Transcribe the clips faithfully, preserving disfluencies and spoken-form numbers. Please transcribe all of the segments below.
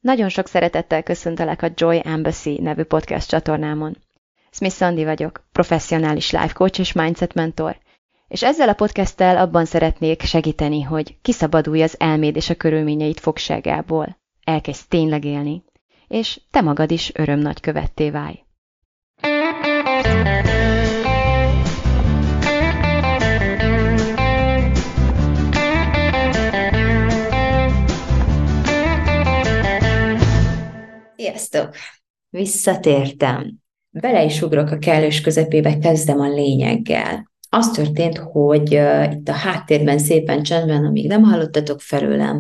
Nagyon sok szeretettel köszöntelek a Joy Embassy nevű podcast csatornámon. Smith Szandi vagyok, professzionális life coach és mindset mentor, és ezzel a podcasttel abban szeretnék segíteni, hogy kiszabadulj az elméd és a körülményeid fogságából, elkezdj tényleg élni, és te magad is öröm nagykövetté válj. Sziasztok! Visszatértem. Bele is ugrok a kellős közepébe, kezdem a lényeggel. Az történt, hogy uh, itt a háttérben szépen csendben, amíg nem hallottatok felőlem,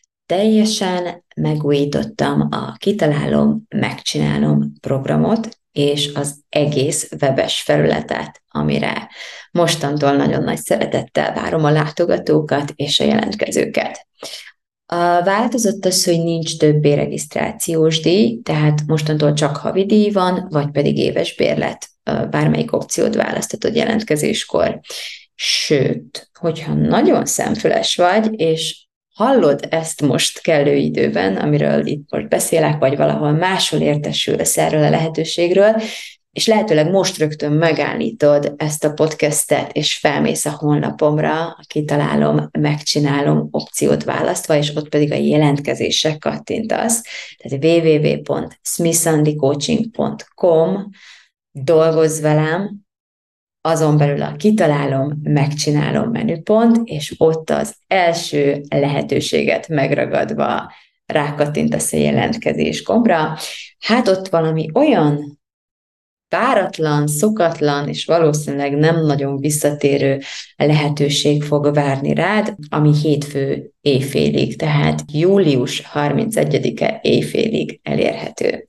teljesen megújítottam a Kitalálom, Megcsinálom programot, és az egész webes felületet, amire mostantól nagyon nagy szeretettel várom a látogatókat és a jelentkezőket. Változott az, hogy nincs többé regisztrációs díj, tehát mostantól csak havi díj van, vagy pedig éves bérlet, bármelyik opciót választatod jelentkezéskor. Sőt, hogyha nagyon szemfüles vagy, és hallod ezt most kellő időben, amiről itt most beszélek, vagy valahol máshol értesülsz erről a lehetőségről, és lehetőleg most rögtön megállítod ezt a podcastet, és felmész a honlapomra, a Kitalálom, Megcsinálom opciót választva, és ott pedig a jelentkezésre kattintasz. Tehát double-u double-u double-u pont smith sandi coaching pont com, dolgozz velem, azon belül a Kitalálom, Megcsinálom menüpont, és ott az első lehetőséget megragadva rákattintasz a jelentkezés gombra. Hát ott valami olyan páratlan, szokatlan és valószínűleg nem nagyon visszatérő lehetőség fog várni rád, ami hétfő éjfélig, tehát július harmincegyedike éjfélig elérhető.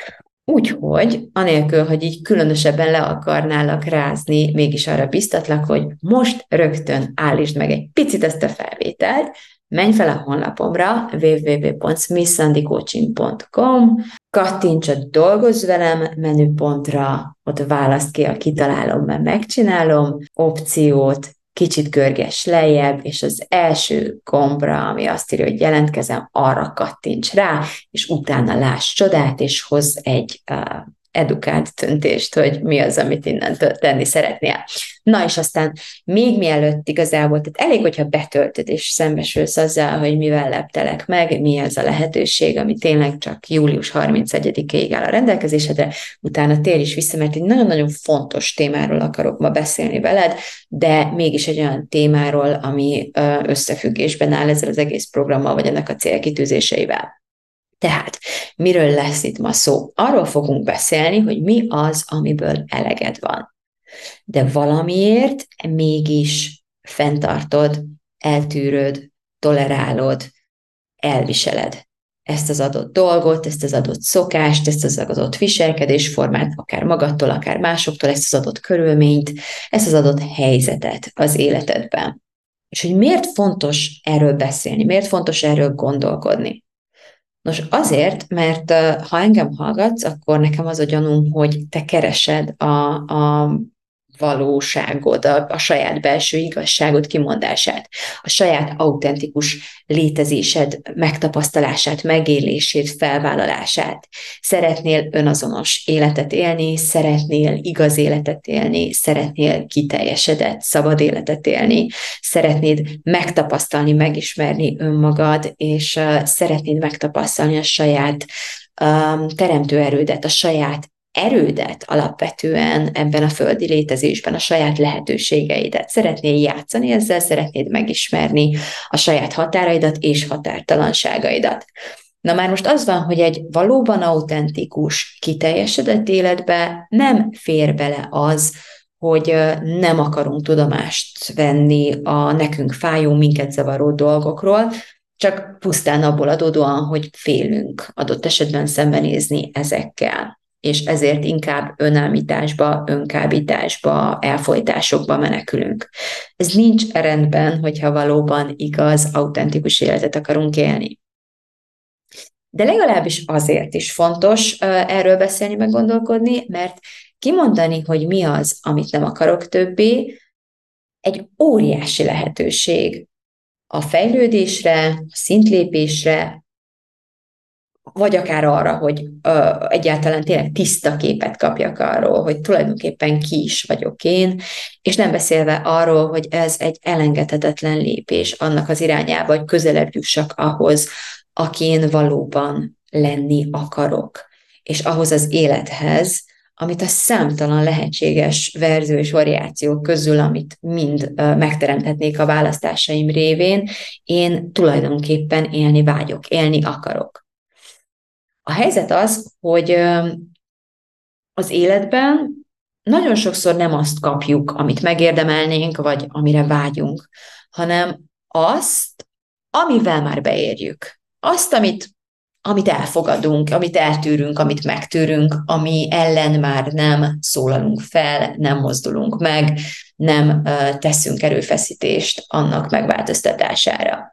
Úgyhogy, anélkül, hogy így különösebben le akarnálak rázni, mégis arra biztatlak, hogy most rögtön állítsd meg egy picit ezt a felvételt, menj fel a honlapomra, double-u double-u double-u pont smith sandi coaching pont com, kattints a Dolgozz velem menüpontra, ott választ ki a Kitalálom, mert Megcsinálom opciót, kicsit görges lejjebb, és az első gombra, ami azt írja, hogy jelentkezem, arra kattints rá, és utána láss csodát, és hozz egy uh, edukált döntést, hogy mi az, amit innentől tenni szeretnél. Na és aztán még mielőtt igazából, tehát elég, hogyha betöltöd és szembesülsz azzal, hogy mivel leptelek meg, mi az a lehetőség, ami tényleg csak július harmincegyedikéig áll a rendelkezésedre, utána tér is vissza, mert egy nagyon-nagyon fontos témáról akarok ma beszélni veled, de mégis egy olyan témáról, ami összefüggésben áll ezzel az egész programmal, vagy ennek a célkitűzéseivel. Tehát, miről lesz itt ma szó? Arról fogunk beszélni, hogy mi az, amiből eleged van. De valamiért mégis fenntartod, eltűröd, tolerálod, elviseled ezt az adott dolgot, ezt az adott szokást, ezt az adott viselkedésformát, akár magadtól, akár másoktól, ezt az adott körülményt, ezt az adott helyzetet az életedben. És hogy miért fontos erről beszélni, miért fontos erről gondolkodni? Nos, azért, mert ha engem hallgatsz, akkor nekem az a gyanúm, hogy te keresed a, a valóságod, a, a saját belső igazságod kimondását, a saját autentikus létezésed megtapasztalását, megélését, felvállalását. Szeretnél önazonos életet élni, szeretnél igaz életet élni, szeretnél kiteljesedett, szabad életet élni, szeretnéd megtapasztalni, megismerni önmagad, és uh, szeretnéd megtapasztalni a saját um, teremtőerődet, a saját erődet alapvetően ebben a földi létezésben, a saját lehetőségeidet. Szeretnél játszani ezzel, szeretnéd megismerni a saját határaidat és határtalanságaidat. Na már most az van, hogy egy valóban autentikus, kiteljesedett életbe nem fér bele az, hogy nem akarunk tudomást venni a nekünk fájó, minket zavaró dolgokról, csak pusztán abból adódóan, hogy félünk adott esetben szembenézni ezekkel. És ezért inkább önállításba, önkábításba, elfojtásokba menekülünk. Ez nincs rendben, hogyha valóban igaz, autentikus életet akarunk élni. De legalábbis azért is fontos erről beszélni, meg gondolkodni, mert kimondani, hogy mi az, amit nem akarok többé, egy óriási lehetőség a fejlődésre, a szintlépésre, vagy akár arra, hogy ö, egyáltalán tényleg tiszta képet kapjak arról, hogy tulajdonképpen ki is vagyok én, és nem beszélve arról, hogy ez egy elengedhetetlen lépés annak az irányába, hogy közelebb jussak ahhoz, aki én valóban lenni akarok, és ahhoz az élethez, amit a számtalan lehetséges verzió és variáció közül, amit mind megteremthetnék a választásaim révén, én tulajdonképpen élni vágyok, élni akarok. A helyzet az, hogy az életben nagyon sokszor nem azt kapjuk, amit megérdemelnénk, vagy amire vágyunk, hanem azt, amivel már beérjük. Azt, amit, amit elfogadunk, amit eltűrünk, amit megtűrünk, ami ellen már nem szólalunk fel, nem mozdulunk meg, nem teszünk erőfeszítést annak megváltoztatására.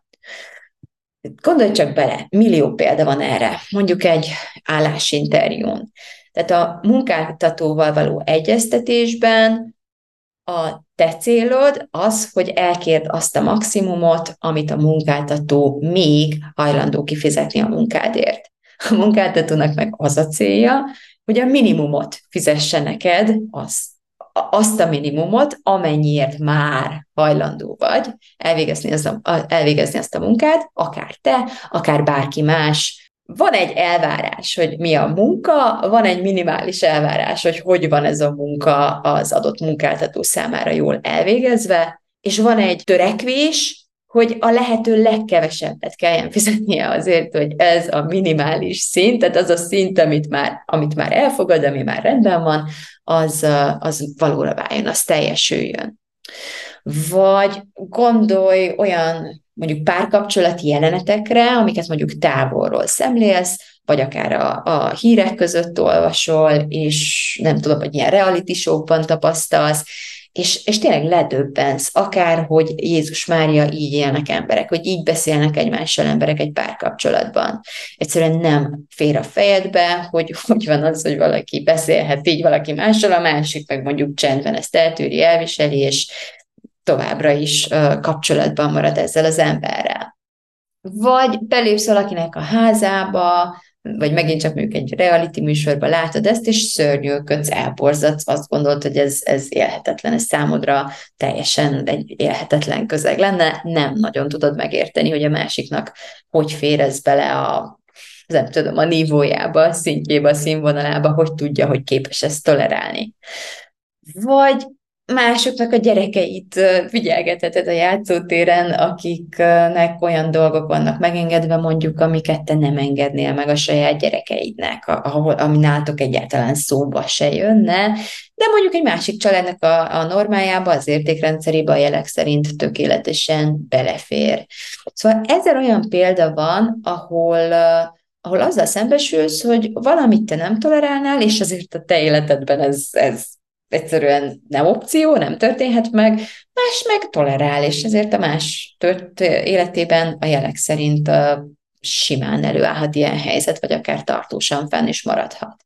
Gondolj csak bele, millió példa van erre, mondjuk egy állásinterjún. Tehát a munkáltatóval való egyeztetésben a te célod az, hogy elkérd azt a maximumot, amit a munkáltató még hajlandó kifizetni a munkádért. A munkáltatónak meg az a célja, hogy a minimumot fizesse neked, azt, azt a minimumot, amennyiért már hajlandó vagy elvégezni azt a, elvégezni azt a munkát, akár te, akár bárki más. Van egy elvárás, hogy mi a munka, van egy minimális elvárás, hogy hogy van ez a munka az adott munkáltató számára jól elvégezve, és van egy törekvés, hogy a lehető legkevesebbet kelljen fizetnie azért, hogy ez a minimális szint, tehát az a szint, amit már, amit már elfogad, ami már rendben van, az, az valóra váljon, az teljesüljön. Vagy gondolj olyan mondjuk párkapcsolati jelenetekre, amiket mondjuk távolról szemlélsz, vagy akár a, a hírek között olvasol, és nem tudom, hogy ilyen reality show-ban tapasztalsz, és, és tényleg ledöbbensz, akár, hogy Jézus Mária, így élnek emberek, hogy így beszélnek egymással emberek egy párkapcsolatban. Egyszerűen nem fér a fejedbe, hogy hogy van az, hogy valaki beszélhet így valaki mással, a másik meg mondjuk csendben ezt eltűri, elviseli, és továbbra is uh, kapcsolatban marad ezzel az emberrel. Vagy belépsz valakinek a házába, vagy megint csak mondjuk egy reality műsorban látod ezt, és szörnyűködsz, elborzadsz, azt gondolod, hogy ez, ez élhetetlen, ez számodra teljesen egy élhetetlen közeg lenne, nem nagyon tudod megérteni, hogy a másiknak hogy fér ez bele a, nem tudom, a nívójába, a szintjébe, a színvonalába, hogy tudja, hogy képes ezt tolerálni. Vagy másoknak a gyerekeit figyelgetheted a játszótéren, akiknek olyan dolgok vannak megengedve, mondjuk, amiket te nem engednél meg a saját gyerekeidnek, ahol, ami nálatok egyáltalán szóba se jönne, de mondjuk egy másik családnak a, a normájába, az értékrendszerébe a jelek szerint tökéletesen belefér. Szóval ezer olyan példa van, ahol, ahol azzal szembesülsz, hogy valamit te nem tolerálnál, és azért a te életedben ez, ez egyszerűen nem opció, nem történhet meg, más meg tolerál, és ezért a más tört életében a jelek szerint uh, simán előállhat ilyen helyzet, vagy akár tartósan fenn is maradhat.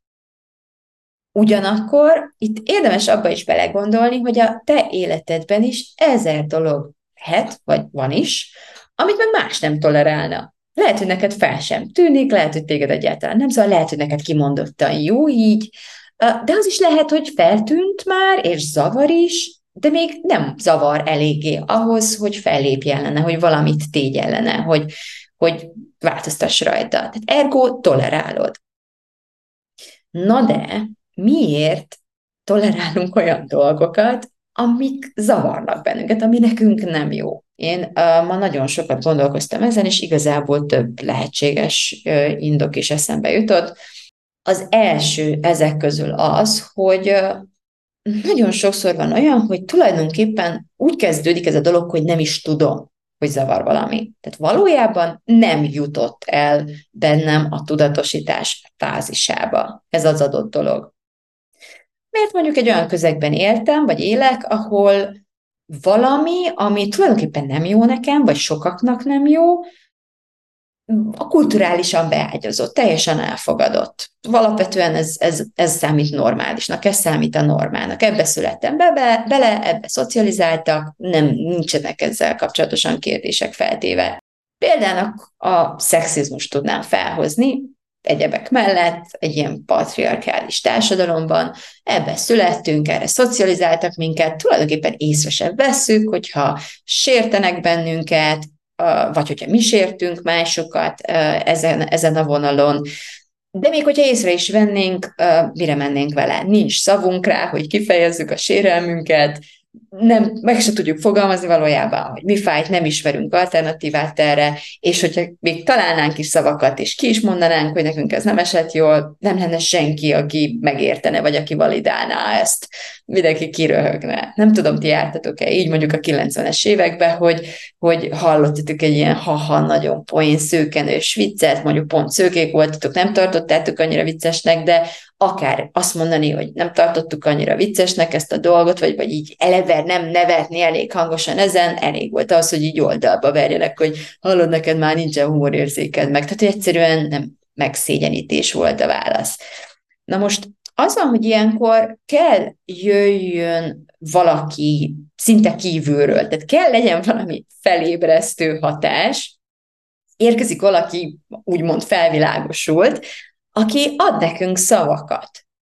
Ugyanakkor itt érdemes abba is belegondolni, hogy a te életedben is ezer dolog lehet, vagy van is, amit meg más nem tolerálna. Lehet, hogy neked fel sem tűnik, lehet, hogy téged egyáltalán nem, szóval lehet, hogy neked kimondottan jó így, de az is lehet, hogy feltűnt már, és zavar is, de még nem zavar eléggé ahhoz, hogy fellépj ellene, hogy valamit tégy ellene, hogy, hogy változtass rajta. Tehát ergo tolerálod. Na de miért tolerálunk olyan dolgokat, amik zavarnak bennünket, ami nekünk nem jó? Én uh, ma nagyon sokat gondolkoztam ezen, és igazából több lehetséges uh, indok is eszembe jutott. Az első ezek közül az, hogy nagyon sokszor van olyan, hogy tulajdonképpen úgy kezdődik ez a dolog, hogy nem is tudom, hogy zavar valami. Tehát valójában nem jutott el bennem a tudatosítás fázisába ez az adott dolog. Mert mondjuk egy olyan közegben éltem, vagy élek, ahol valami, ami tulajdonképpen nem jó nekem, vagy sokaknak nem jó, a kulturálisan beágyazott, teljesen elfogadott. Alapvetően ez, ez, ez számít normálisnak, ez számít a normának. Ebbe születtem be, be, bele, ebbe szocializáltak, nem nincsenek ezzel kapcsolatosan kérdések feltéve. Például a szexizmust tudnám felhozni. egyebek mellett egy ilyen patriarkális társadalomban, ebbe születtünk, erre szocializáltak minket, tulajdonképpen észre sem vesszük, hogyha sértenek bennünket, vagy hogyha mi sértünk másokat ezen, ezen a vonalon. De még hogyha észre is vennénk, mire mennénk vele? Nincs szavunk rá, hogy kifejezzük a sérelmünket, nem, meg se tudjuk fogalmazni valójában, hogy mi fájt, nem ismerünk alternatívát erre, és hogyha még találnánk is szavakat, és ki is mondanánk, hogy nekünk ez nem esett jól, nem lenne senki, aki megértene, vagy aki validálná ezt. Mindenki kiröhögne. Nem tudom, ti jártatok-e így mondjuk a kilencvenes években, hogy, hogy hallottatok egy ilyen haha, nagyon poén, szőkenős viccet, mondjuk pont szőkék voltatok, nem tartottátok annyira viccesnek, de akár azt mondani, hogy nem tartottuk annyira viccesnek ezt a dolgot, vagy, vagy így eleve nem nevetni elég hangosan ezen, elég volt az, hogy így oldalba verjenek, hogy hallod, neked már nincsen humorérzéked meg. Tehát, hogy egyszerűen nem megszégyenítés volt a válasz. Na most az van, hogy ilyenkor kell jöjjön valaki szinte kívülről, tehát kell legyen valami felébresztő hatás, érkezik valaki úgymond felvilágosult, aki ad nekünk szavakat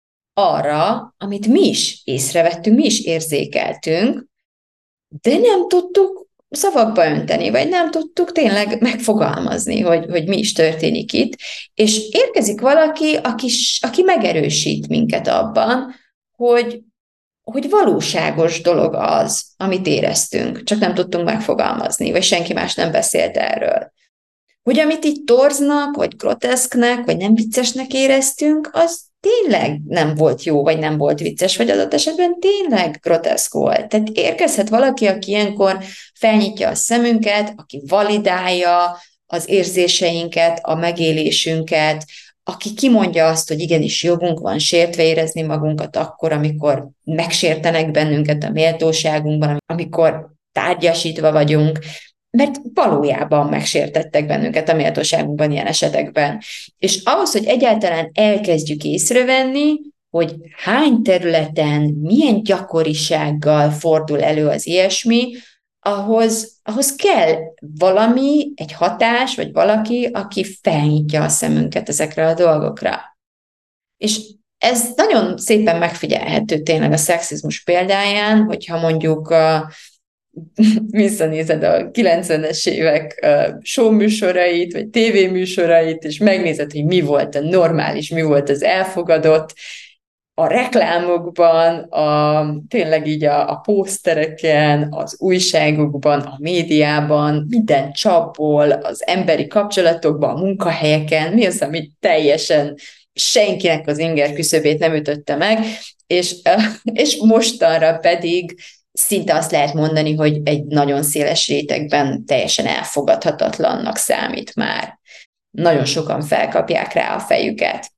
arra, amit mi is észrevettünk, mi is érzékeltünk, de nem tudtuk szavakba önteni, vagy nem tudtuk tényleg megfogalmazni, hogy, hogy mi is történik itt, és érkezik valaki, aki, aki megerősít minket abban, hogy, hogy valóságos dolog az, amit éreztünk, csak nem tudtunk megfogalmazni, vagy senki más nem beszélt erről. Hogy amit így torznak, vagy groteszknek, vagy nem viccesnek éreztünk, az tényleg nem volt jó, vagy nem volt vicces, vagy adott esetben tényleg groteszk volt. Tehát érkezhet valaki, aki ilyenkor felnyitja a szemünket, aki validálja az érzéseinket, a megélésünket, aki kimondja azt, hogy igenis jogunk van sértve érezni magunkat akkor, amikor megsértenek bennünket a méltóságunkban, amikor tárgyasítva vagyunk, mert valójában megsértettek bennünket a méltóságunkban ilyen esetekben. És ahhoz, hogy egyáltalán elkezdjük észrevenni, hogy hány területen, milyen gyakorisággal fordul elő az ilyesmi, ahhoz, ahhoz kell valami, egy hatás, vagy valaki, aki felnyitja a szemünket ezekre a dolgokra. És ez nagyon szépen megfigyelhető tényleg a szexizmus példáján, hogyha mondjuk a visszanézed a kilencvenes évek show műsorait, vagy tévéműsorait, és megnézed, hogy mi volt a normális, mi volt az elfogadott, a reklámokban, a, tényleg így a, a pósztereken, az újságokban, a médiában, minden csapból, az emberi kapcsolatokban, a munkahelyeken, mi az, ami teljesen senkinek az inger küszöbét nem ütötte meg, és, és mostanra pedig szinte azt lehet mondani, hogy egy nagyon széles rétegben teljesen elfogadhatatlannak számít már. Nagyon sokan felkapják rá a fejüket.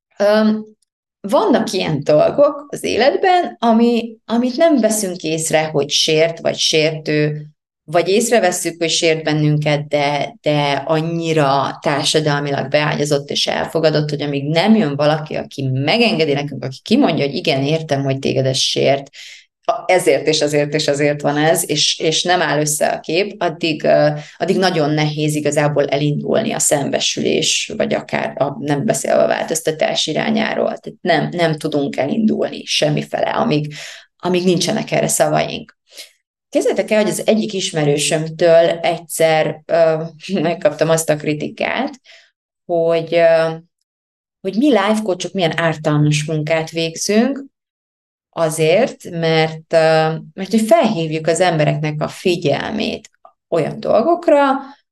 Vannak ilyen dolgok az életben, ami, amit nem veszünk észre, hogy sért vagy sértő, vagy észrevesszük, hogy sért bennünket, de, de annyira társadalmilag beágyazott és elfogadott, hogy amíg nem jön valaki, aki megengedi nekünk, aki kimondja, hogy igen, értem, hogy téged ez sért, ezért és azért és azért van ez, és, és nem áll össze a kép, addig, addig nagyon nehéz igazából elindulni a szembesülés, vagy akár a, nem beszélve a változtatás irányáról. Tehát nem, nem tudunk elindulni semmifele, amíg, amíg nincsenek erre szavaink. Képzeljétek el, hogy az egyik ismerősömtől egyszer uh, megkaptam azt a kritikát, hogy, uh, hogy mi life coachok milyen ártalmas munkát végzünk, azért, mert, mert hogy felhívjuk az embereknek a figyelmét olyan dolgokra,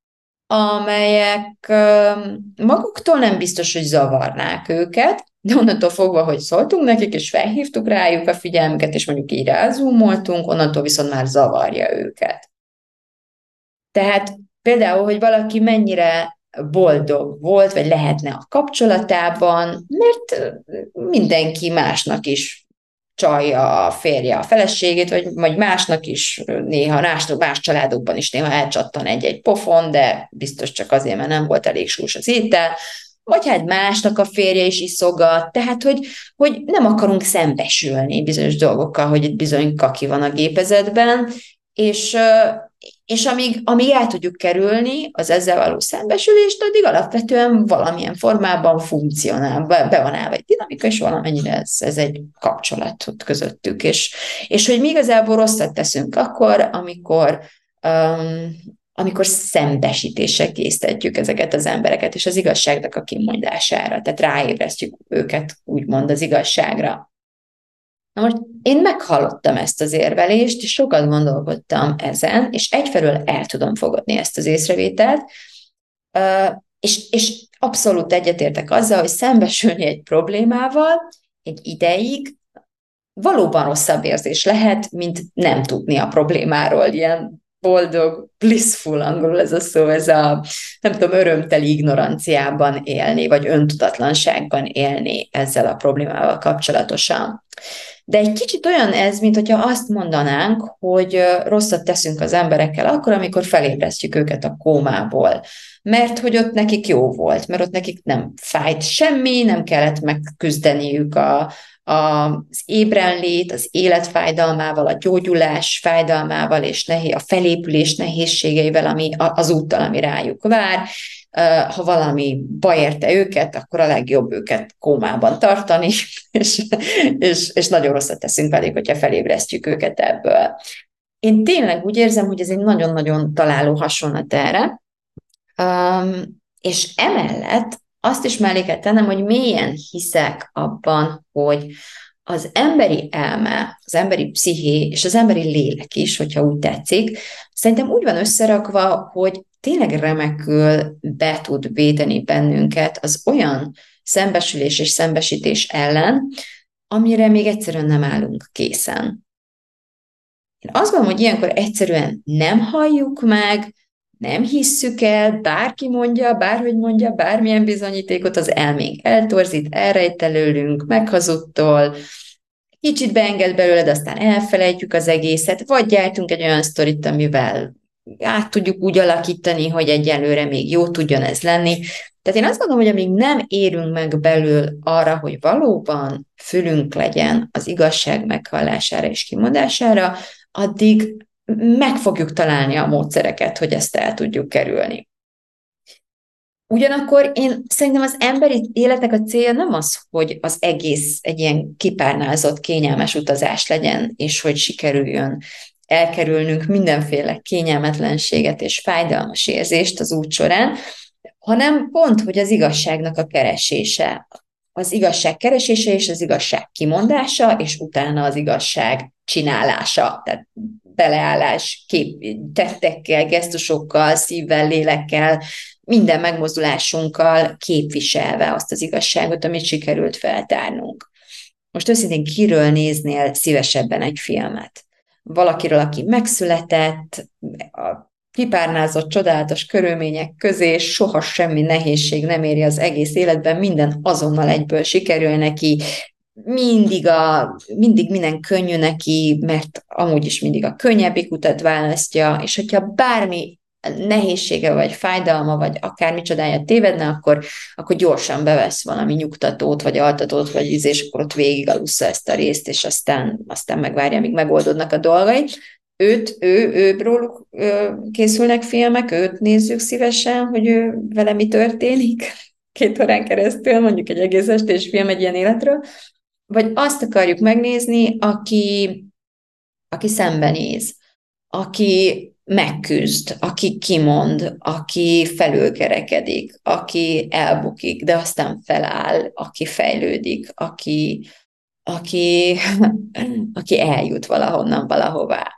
amelyek maguktól nem biztos, hogy zavarnák őket, de onnantól fogva, hogy szóltunk nekik, és felhívtuk rájuk a figyelmüket, és mondjuk így rázúmoltunk, onnantól viszont már zavarja őket. Tehát például, hogy valaki mennyire boldog volt, vagy lehetne a kapcsolatában, mert mindenki másnak is csalja a férje a feleségét, vagy, vagy másnak is néha, más, más családokban is néha elcsattan egy-egy pofon, de biztos csak azért, mert nem volt elég sós az étel, vagy hát másnak a férje is iszogat, tehát, hogy, hogy nem akarunk szembesülni bizonyos dolgokkal, hogy itt bizony kaki van a gépezetben, és, és amíg, amíg el tudjuk kerülni az ezzel való szembesülést, addig alapvetően valamilyen formában funkcionál, be, be van állva egy dinamika, és valamennyire ez, ez egy kapcsolat közöttük. És, és hogy mi igazából rosszat teszünk akkor, amikor, um, amikor szembesítésre késztetjük ezeket az embereket, és az igazságnak a kimondására, tehát ráébresztjük őket úgymond az igazságra. Na most én meghallottam ezt az érvelést, és sokat gondolkodtam ezen, és egyfelől el tudom fogadni ezt az észrevételt, és, és abszolút egyetértek azzal, hogy szembesülni egy problémával egy ideig valóban rosszabb érzés lehet, mint nem tudni a problémáról, ilyen boldog, blissful angolul ez a szó, ez a, nem tudom, örömteli ignoranciában élni, vagy öntudatlanságban élni ezzel a problémával kapcsolatosan. De egy kicsit olyan ez, mint hogyha azt mondanánk, hogy rosszat teszünk az emberekkel akkor, amikor felébresztjük őket a kómából. Mert hogy ott nekik jó volt, mert ott nekik nem fájt semmi, nem kellett megküzdeniük a, a, az ébrenlét, az élet fájdalmával, a gyógyulás fájdalmával, és nehéz, a felépülés nehézségeivel, ami, az úttal, ami rájuk vár. Ha valami baj érte őket, akkor a legjobb őket kómában tartani, és, és, és nagyon rosszat teszünk pedig, hogyha felébresztjük őket ebből. Én tényleg úgy érzem, hogy ez egy nagyon-nagyon találó hasonlat erre, um, és emellett azt is mellé kell tennem, hogy mélyen hiszek abban, hogy az emberi elme, az emberi psziché és az emberi lélek is, hogyha úgy tetszik, szerintem úgy van összerakva, hogy tényleg remekül be tud védeni bennünket az olyan szembesülés és szembesítés ellen, amire még egyszerűen nem állunk készen. Én azt gondolom, hogy ilyenkor egyszerűen nem halljuk meg, nem hisszük el, bárki mondja, bárhogy mondja, bármilyen bizonyítékot az elménk eltorzít, elrejt előlünk, meghazudtol, kicsit beenged belőled, aztán elfelejtjük az egészet, vagy gyártunk egy olyan sztorit, amivel át tudjuk úgy alakítani, hogy egyelőre még jó tudjon ez lenni. Tehát én azt gondolom, hogy amíg nem érünk meg belül arra, hogy valóban fülünk legyen az igazság meghallására és kimondására, addig meg fogjuk találni a módszereket, hogy ezt el tudjuk kerülni. Ugyanakkor én szerintem az emberi életnek a célja nem az, hogy az egész egy ilyen kipárnázott, kényelmes utazás legyen, és hogy sikerüljön elkerülnünk mindenféle kényelmetlenséget és fájdalmas érzést az út során, hanem pont, hogy az igazságnak a keresése. Az igazság keresése és az igazság kimondása, és utána az igazság csinálása. Tehát beleállás, kép, tettekkel, gesztusokkal, szívvel, lélekkel, minden megmozdulásunkkal képviselve azt az igazságot, amit sikerült feltárnunk. Most őszintén kiről néznél szívesebben egy filmet? Valakiről, aki megszületett, a kipárnázott, csodálatos körülmények közé, soha semmi nehézség nem éri az egész életben, minden azonnal egyből sikerül neki, mindig, a, mindig minden könnyű neki, mert amúgy is mindig a könnyebbik utat választja, és hogyha bármi nehézsége, vagy fájdalma, vagy akármicsodája tévedne, akkor, akkor gyorsan bevesz valami nyugtatót, vagy altatót, vagy íz, és akkor ott végig alussza ezt a részt, és aztán, aztán megvárja, míg megoldódnak a dolgai. Őt, ő, ő róluk készülnek filmek, őt nézzük szívesen, hogy ő vele mi történik két órán keresztül, mondjuk egy egész estés film egy ilyen életről, vagy azt akarjuk megnézni, aki, aki szembenéz, aki megküzd, aki kimond, aki felülkerekedik, aki elbukik, de aztán feláll, aki fejlődik, aki, aki, aki eljut valahonnan valahová.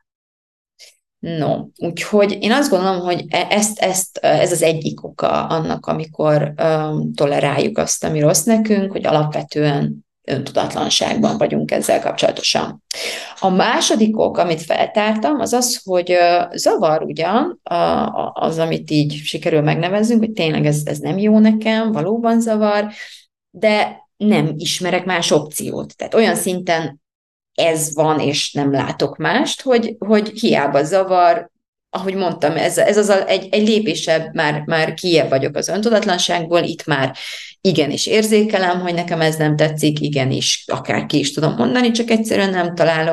No, úgyhogy én azt gondolom, hogy ezt, ezt, ez az egyik oka annak, amikor um, toleráljuk azt, ami rossz nekünk, hogy alapvetően öntudatlanságban vagyunk ezzel kapcsolatosan. A második ok, amit feltártam, az az, hogy zavar ugyan az, amit így sikerül megnevezzünk, hogy tényleg ez, ez nem jó nekem, valóban zavar, de nem ismerek más opciót. Tehát olyan szinten ez van, és nem látok mást, hogy, hogy hiába zavar, ahogy mondtam, ez, ez az a, egy, egy lépésebb, már, már kijebb vagyok az öntudatlanságból, itt már igenis érzékelem, hogy nekem ez nem tetszik, igenis, akár ki is tudom mondani, csak egyszerűen nem találok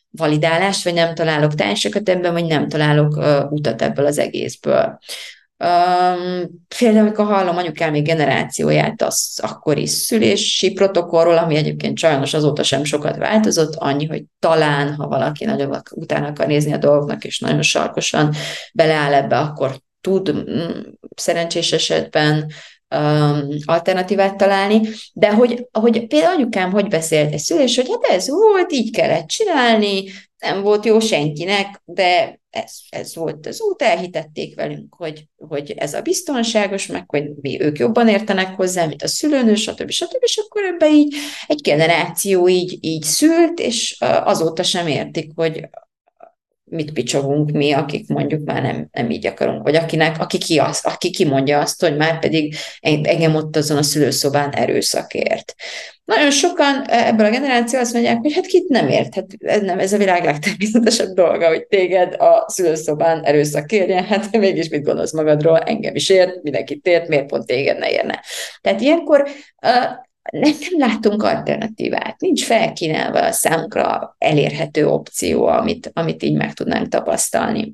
validálást, vagy nem találok társakat ebben, vagy nem találok uh, utat ebből az egészből. Um, például, amikor hallom anyukám még generációját, az akkori szülési protokollról, ami egyébként sajnos azóta sem sokat változott, annyi, hogy talán, ha valaki nagyon utána akar nézni a dolgoknak, és nagyon sarkosan beleáll ebbe, akkor tud mm, szerencsés esetben um, alternatívát találni, de hogy, hogy például anyukám hogy beszélt egy szülés, hogy hát ez volt, így kellett csinálni, nem volt jó senkinek, de ez, ez volt az út, elhitették velünk, hogy, hogy ez a biztonságos, meg hogy mi ők jobban értenek hozzá, mint a szülőnő, stb. stb. És akkor ebbe így egy generáció így, így szült, és azóta sem értik, hogy mit picsogunk mi, akik mondjuk már nem, nem így akarunk, vagy akinek, aki, ki az, aki kimondja azt, hogy már pedig engem ott azon a szülőszobán erőszakért. Nagyon sokan ebből a generáció azt mondják, hogy hát kit nem ért, hát ez, nem, ez a világ legtermészetesebb dolga, hogy téged a szülőszobán erőszak érjen, hát mégis mit gondolsz magadról, engem is ért, mindenkit ért, miért pont téged ne érne. Tehát ilyenkor uh, nem, nem látunk alternatívát, nincs felkínálva a számunkra elérhető opció, amit, amit így meg tudnánk tapasztalni.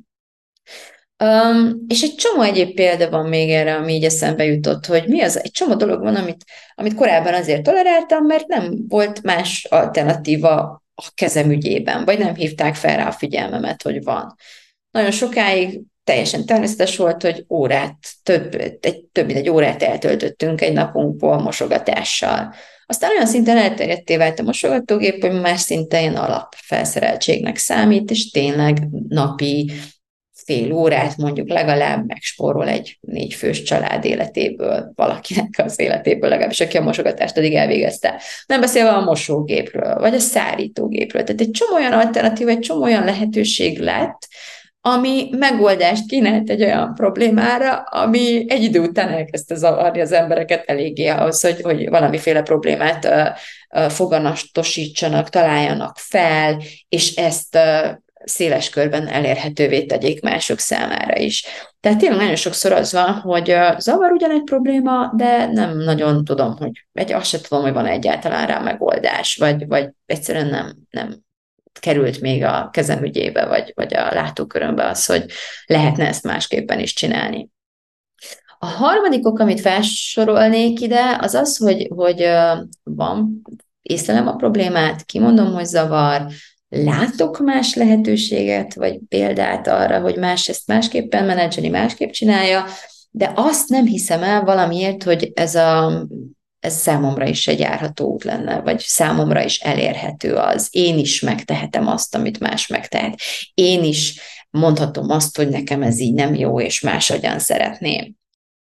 Um, és egy csomó egyéb példa van még erre, ami így eszembe jutott, hogy mi az, egy csomó dolog van, amit, amit korábban azért toleráltam, mert nem volt más alternatíva a kezem ügyében, vagy nem hívták fel rá a figyelmemet, hogy van. Nagyon sokáig teljesen természetes volt, hogy órát, több, egy, több mint egy órát eltöltöttünk egy napunkból mosogatással. Aztán olyan szinten elterjedté vált a mosogatógép, hogy más szinten ilyen alapfelszereltségnek számít, és tényleg napi fél órát mondjuk legalább megspórol egy négyfős család életéből, valakinek az életéből, legalábbis aki a mosogatást addig elvégezte. Nem beszélve a mosógépről, vagy a szárítógépről. Tehát egy csomó olyan alternatív, egy csomó olyan lehetőség lett, ami megoldást kínált egy olyan problémára, ami egy idő után elkezdte zavarni az embereket eléggé ahhoz, hogy, hogy valamiféle problémát uh, uh, foganatosítsanak, találjanak fel, és ezt uh, széles körben elérhetővé tegyék mások számára is. Tehát tényleg nagyon sokszor az van, hogy uh, zavar ugyan egy probléma, de nem nagyon tudom, hogy egy, azt sem tudom, hogy van egyáltalán rá megoldás, vagy, vagy egyszerűen nem, nem került még a kezem ügyébe, vagy, vagy a látókörömbe az, hogy lehetne ezt másképpen is csinálni. A harmadik ok, amit felsorolnék ide, az az, hogy, hogy van, észlelem a problémát, kimondom, hogy zavar, látok más lehetőséget, vagy példát arra, hogy más ezt másképpen menedzseli, másképp csinálja, de azt nem hiszem el valamiért, hogy ez a ez számomra is egy járható út lenne, vagy számomra is elérhető az. Én is megtehetem azt, amit más megtehet. Én is mondhatom azt, hogy nekem ez így nem jó, és máshogyan szeretném.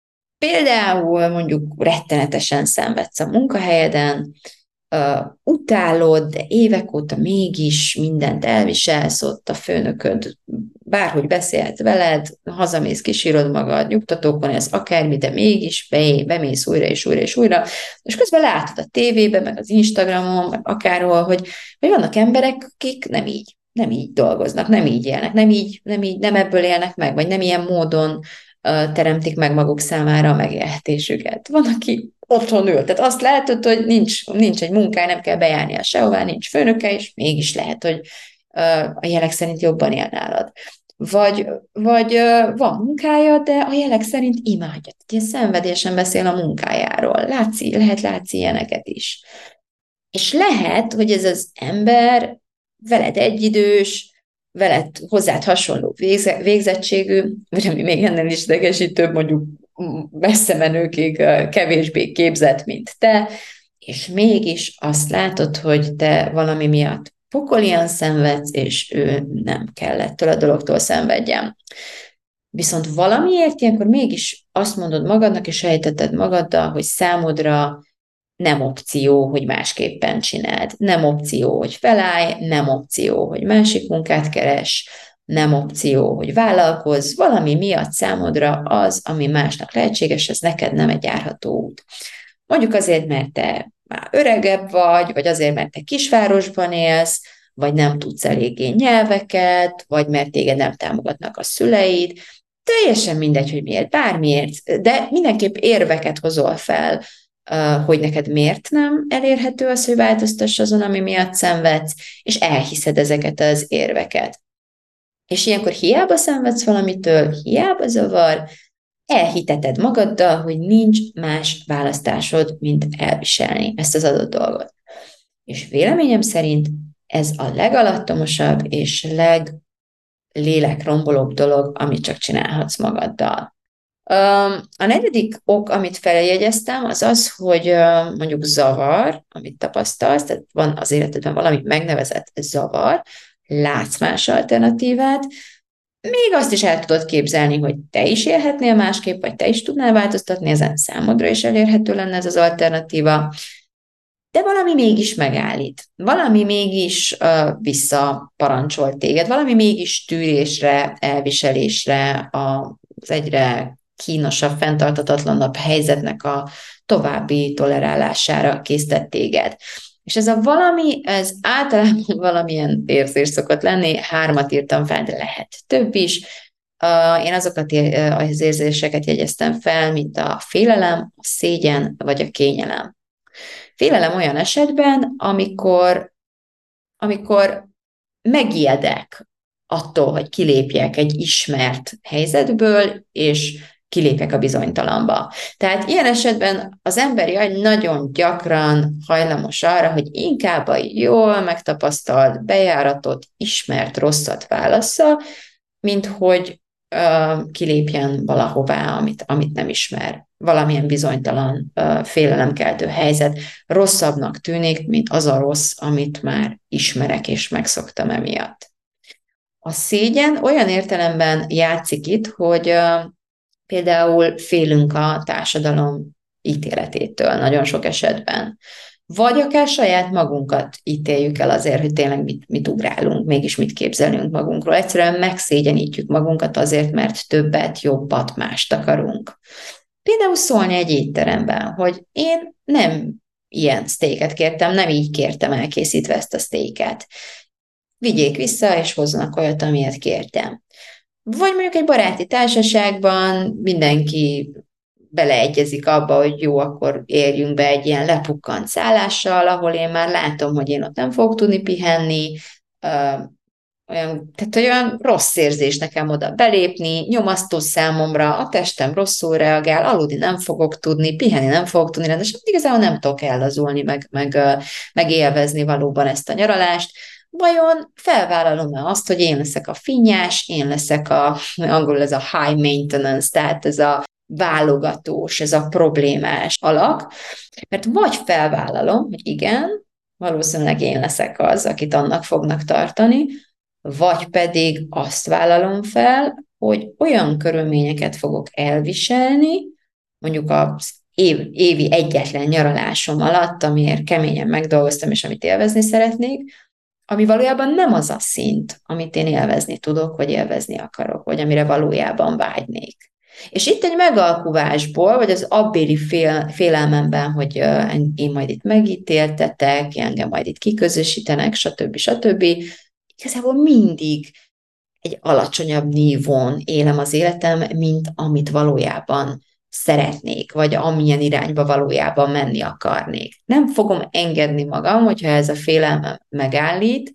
Például mondjuk rettenetesen szenvedsz a munkahelyeden, uh, utálod, de évek óta mégis mindent elviselsz, ott a főnököd bárhogy beszélhet veled, hazamész, kisírod magad, nyugtatókon ez akármi, de mégis be, bemész újra és újra és újra, és közben látod a tévében, meg az Instagramon, meg akárhol, hogy, hogy vannak emberek, akik nem így, nem így dolgoznak, nem így élnek, nem így, nem így, nem ebből élnek meg, vagy nem ilyen módon uh, teremtik meg maguk számára a megélhetésüket. Van, aki otthon ül, tehát azt látod, hogy nincs, nincs egy munkája, nem kell bejárnia sehová, nincs főnöke, és mégis lehet, hogy uh, a jelek szerint jobban él nálad. Vagy, vagy uh, van munkája, de a jelek szerint imádja. Ilyen szenvedélyesen beszél a munkájáról. Látszi, lehet látni ilyeneket is. És lehet, hogy ez az ember veled egyidős, veled hozzád hasonló végzettségű, vagy ami még ennél is idegesítőbb, mondjuk messze menőkig kevésbé képzett, mint te, és mégis azt látod, hogy te valami miatt pokolian szenvedsz, és ő nem kell ettől a dologtól szenvedjen. Viszont valamiért ilyenkor mégis azt mondod magadnak, és sejtetted magaddal, hogy számodra nem opció, hogy másképpen csináld. Nem opció, hogy felállj, nem opció, hogy másik munkát keres, nem opció, hogy vállalkozz, valami miatt számodra az, ami másnak lehetséges, ez neked nem egy járható út. Mondjuk azért, mert te már öregebb vagy, vagy azért, mert te kisvárosban élsz, vagy nem tudsz eléggé nyelveket, vagy mert téged nem támogatnak a szüleid, teljesen mindegy, hogy miért, bármiért, de mindenképp érveket hozol fel hogy neked miért nem elérhető az, hogy változtass azon, ami miatt szenvedsz, és elhiszed ezeket az érveket. És ilyenkor hiába szenvedsz valamitől, hiába zavar, elhiteted magaddal, hogy nincs más választásod, mint elviselni ezt az adott dolgot. És véleményem szerint ez a legalattomosabb és leglélekrombolóbb dolog, amit csak csinálhatsz magaddal. A negyedik ok, amit feljegyeztem, az az, hogy mondjuk zavar, amit tapasztalsz, tehát van az életedben valami megnevezett zavar, látsz más alternatívát, még azt is el tudod képzelni, hogy te is élhetnél másképp, vagy te is tudnál változtatni, ezen számodra is elérhető lenne ez az alternatíva, de valami mégis megállít, valami mégis uh, visszaparancsol téged, valami mégis tűrésre, elviselésre, az egyre kínosabb, fenntarthatatlanabb helyzetnek a további tolerálására késztet téged. És ez a valami, ez általában valamilyen érzés szokott lenni, hármat írtam fel, de lehet több is. Én azokat az érzéseket jegyeztem fel, mint a félelem, a szégyen vagy a kényelem. Félelem olyan esetben, amikor, amikor megijedek attól, hogy kilépjek egy ismert helyzetből, és kilépek a bizonytalanba. Tehát ilyen esetben az emberi agy nagyon gyakran hajlamos arra, hogy inkább a jól megtapasztalt, bejáratott, ismert rosszat válassza, mint hogy uh, kilépjen valahová, amit, amit nem ismer. Valamilyen bizonytalan, uh, félelemkeltő helyzet rosszabbnak tűnik, mint az a rossz, amit már ismerek és megszoktam emiatt. A szégyen olyan értelemben játszik itt, hogy uh, például félünk a társadalom ítéletétől nagyon sok esetben. Vagy akár saját magunkat ítéljük el azért, hogy tényleg mit, mit ugrálunk, mégis mit képzelünk magunkról. Egyszerűen megszégyenítjük magunkat azért, mert többet, jobbat, mást akarunk. Például szólni egy étteremben, hogy én nem ilyen sztéket kértem, nem így kértem elkészítve ezt a sztéket. Vigyék vissza, és hozzanak olyat, amilyet kértem. Vagy mondjuk egy baráti társaságban mindenki beleegyezik abba, hogy jó, akkor érjünk be egy ilyen lepukkant szállással, ahol én már látom, hogy én ott nem fogok tudni pihenni, olyan, tehát olyan rossz érzés nekem oda belépni, nyomasztó számomra, a testem rosszul reagál, aludni nem fogok tudni, pihenni nem fogok tudni rendesen, igazából nem tudok ellazulni, meg, meg, meg élvezni valóban ezt a nyaralást. Vajon felvállalom-e azt, hogy én leszek a finnyás, én leszek a, angolul ez a high maintenance, tehát ez a válogatós, ez a problémás alak, mert vagy felvállalom, hogy igen, valószínűleg én leszek az, akit annak fognak tartani, vagy pedig azt vállalom fel, hogy olyan körülményeket fogok elviselni, mondjuk az év, évi egyetlen nyaralásom alatt, amiért keményen megdolgoztam, és amit élvezni szeretnék, ami valójában nem az a szint, amit én élvezni tudok, vagy élvezni akarok, vagy amire valójában vágynék. És itt egy megalkuvásból, vagy az abbéli fél, félelmemben, hogy uh, én majd itt megítéltetek, engem majd itt kiközösítenek, stb. stb. Igazából mindig egy alacsonyabb nívón élem az életem, mint amit valójában szeretnék, vagy amilyen irányba valójában menni akarnék. Nem fogom engedni magam, hogyha ez a félelmem megállít,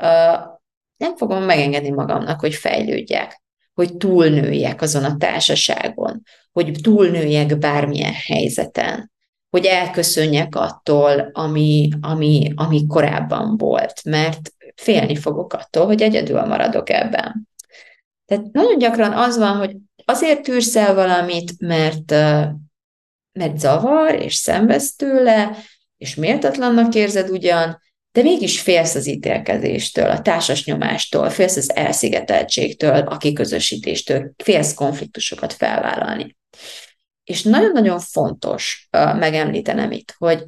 nem fogom megengedni magamnak, hogy fejlődjek, hogy túlnőjek azon a társaságon, hogy túlnőjek bármilyen helyzeten, hogy elköszönjek attól, ami, ami, ami korábban volt, mert félni fogok attól, hogy egyedül maradok ebben. Tehát nagyon gyakran az van, hogy azért tűrsz el valamit, mert, mert zavar, és szenvedsz tőle, és méltatlannak érzed ugyan, de mégis félsz az ítélkezéstől, a társas nyomástól, félsz az elszigeteltségtől, a kiközösítéstől, félsz konfliktusokat felvállalni. És nagyon-nagyon fontos megemlítenem itt, hogy,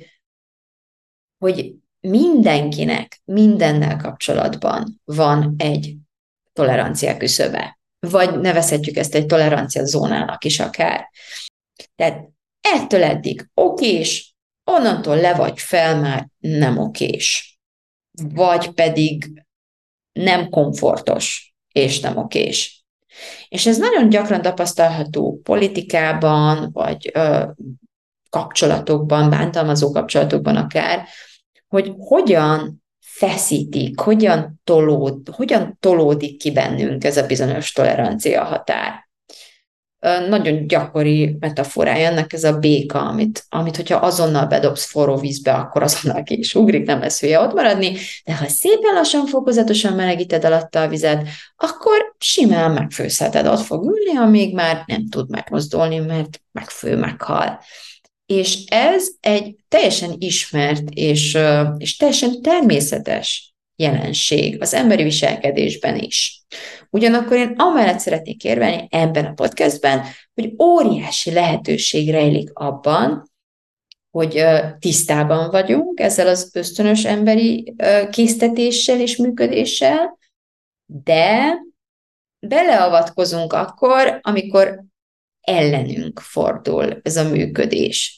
hogy mindenkinek mindennel kapcsolatban van egy tolerancia küszöbe. Vagy nevezhetjük ezt egy tolerancia zónának is akár. Tehát ettől eddig okés, onnantól le vagy fel már nem okés. Vagy pedig nem komfortos, és nem okés. És ez nagyon gyakran tapasztalható politikában, vagy ö, kapcsolatokban, bántalmazó kapcsolatokban akár, hogy hogyan feszítik, hogyan, tolód, hogyan tolódik ki bennünk ez a bizonyos tolerancia határ. Nagyon gyakori metaforája ennek ez a béka, amit, amit hogyha azonnal bedobsz forró vízbe, akkor azonnal ki is ugrik, nem lesz hülye ott maradni, de ha szépen lassan, fokozatosan melegíted alatta a vizet, akkor simán megfőzheted, ott fog ülni, amíg már nem tud megmozdulni, mert megfő, meghal. És ez egy teljesen ismert és, és teljesen természetes jelenség az emberi viselkedésben is. Ugyanakkor én amellett szeretnék érvelni ebben a podcastben, hogy óriási lehetőség rejlik abban, hogy tisztában vagyunk ezzel az ösztönös emberi késztetéssel és működéssel, de beleavatkozunk akkor, amikor ellenünk fordul ez a működés.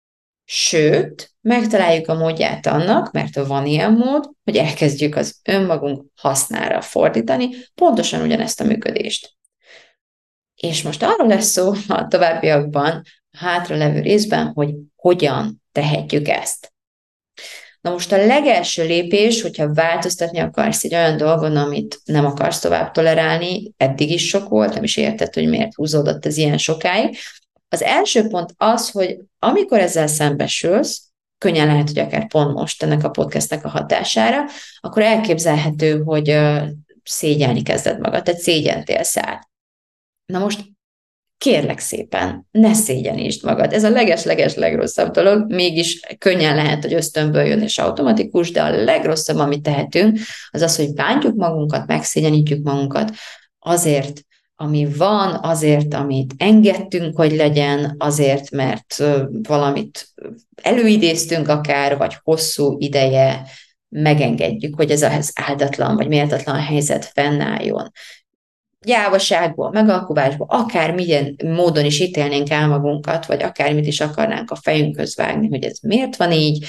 Sőt, megtaláljuk a módját annak, mert van ilyen mód, hogy elkezdjük az önmagunk hasznára fordítani pontosan ugyanezt a működést. És most arról lesz szó a továbbiakban, a hátralevő részben, hogy hogyan tehetjük ezt. Na most a legelső lépés, hogyha változtatni akarsz egy olyan dolgon, amit nem akarsz tovább tolerálni, eddig is sok volt, nem is érted, hogy miért húzódott ez ilyen sokáig. Az első pont az, hogy amikor ezzel szembesülsz, könnyen lehet, hogy akár pont most ennek a podcastnek a hatására, akkor elképzelhető, hogy szégyelni kezded magad, tehát szégyentélsz át. Na most kérlek szépen, ne szégyenítsd magad. Ez a leges-leges legrosszabb dolog, mégis könnyen lehet, hogy ösztönből jön és automatikus, de a legrosszabb, amit tehetünk, az az, hogy bántjuk magunkat, megszégyenítjük magunkat azért, ami van, azért, amit engedtünk, hogy legyen, azért, mert valamit előidéztünk akár, vagy hosszú ideje megengedjük, hogy ez az áldatlan vagy méltatlan helyzet fennálljon. Gyávaságból, megalkuvásból, akár milyen módon is ítélnénk el magunkat, vagy akármit is akarnánk a fejünkhöz vágni, hogy ez miért van így.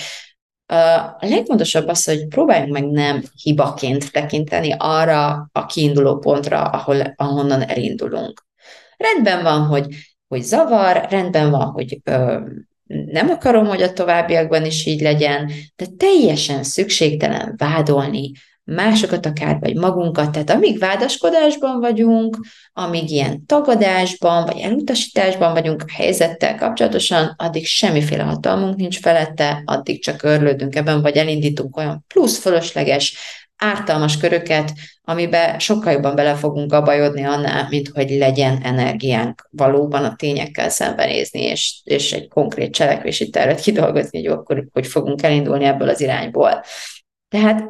A legfontosabb az, hogy próbáljunk meg nem hibaként tekinteni arra a kiinduló pontra, ahol, ahonnan elindulunk. Rendben van, hogy, hogy zavar, rendben van, hogy ö, nem akarom, hogy a továbbiakban is így legyen, de teljesen szükségtelen vádolni másokat akár, vagy magunkat, tehát amíg vádaskodásban vagyunk, amíg ilyen tagadásban, vagy elutasításban vagyunk a helyzettel kapcsolatosan, addig semmiféle hatalmunk nincs felette, addig csak örlődünk ebben, vagy elindítunk olyan plusz fölösleges, ártalmas köröket, amiben sokkal jobban bele fogunk gabajodni annál, mint hogy legyen energiánk valóban a tényekkel szembenézni, és, és egy konkrét cselekvési tervet kidolgozni, hogy akkor hogy fogunk elindulni ebből az irányból. Tehát